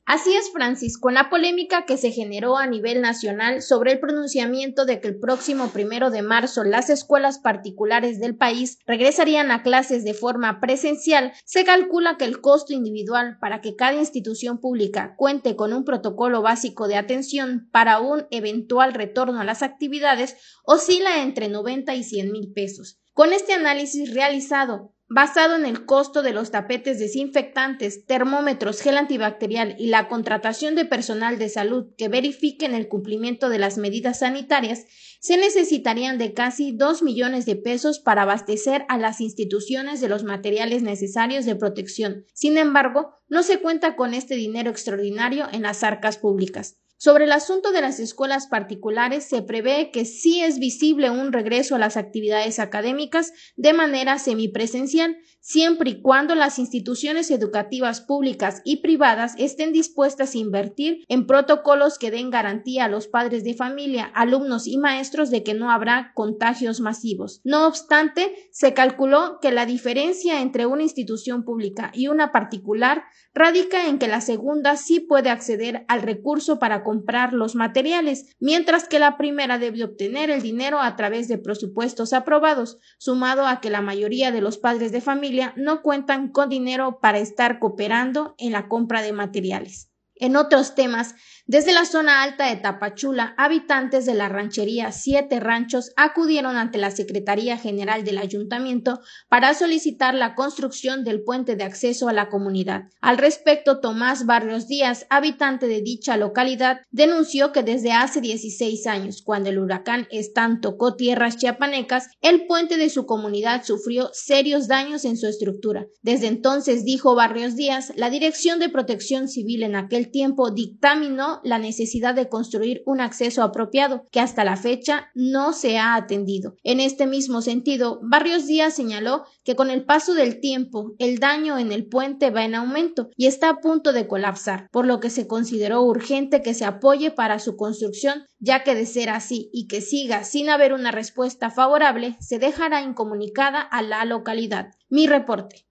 Así es, Francis, con la polémica que se generó a nivel nacional sobre el pronunciamiento de que el próximo 1 de marzo las escuelas particulares del país regresarían a clases de forma presencial, se calcula que el costo individual para que cada institución pública cuente con un protocolo básico de atención para un eventual retorno a las actividades oscila entre 90 y 100,000 pesos. Con este análisis realizado, basado en el costo de los tapetes desinfectantes, termómetros, gel antibacterial y la contratación de personal de salud que verifiquen el cumplimiento de las medidas sanitarias, se necesitarían de casi 2 millones de pesos para abastecer a las instituciones de los materiales necesarios de protección. Sin embargo, no se cuenta con este dinero extraordinario en las arcas públicas. Sobre el asunto de las escuelas particulares, se prevé que sí es visible un regreso a las actividades académicas de manera semipresencial, siempre y cuando las instituciones educativas públicas y privadas estén dispuestas a invertir en protocolos que den garantía a los padres de familia, alumnos y maestros de que no habrá contagios masivos. No obstante, se calculó que la diferencia entre una institución pública y una particular radica en que la segunda sí puede acceder al recurso para comprar los materiales, mientras que la primera debe obtener el dinero a través de presupuestos aprobados, sumado a que la mayoría de los padres de familia no cuentan con dinero para estar cooperando en la compra de materiales. En otros temas, desde la zona alta de Tapachula, habitantes de la ranchería Siete Ranchos acudieron ante la Secretaría General del Ayuntamiento para solicitar la construcción del puente de acceso a la comunidad. Al respecto, Tomás Barrios Díaz, habitante de dicha localidad, denunció que desde hace 16 años, cuando el huracán Stan tocó tierras chiapanecas, el puente de su comunidad sufrió serios daños en su estructura. Desde entonces, dijo Barrios Díaz, la Dirección de Protección Civil en aquel tiempo dictaminó la necesidad de construir un acceso apropiado, que hasta la fecha no se ha atendido. En este mismo sentido, Barrios Díaz señaló que con el paso del tiempo, el daño en el puente va en aumento y está a punto de colapsar, por lo que se consideró urgente que se apoye para su construcción, ya que de ser así y que siga sin haber una respuesta favorable, se dejará incomunicada a la localidad. Mi reporte.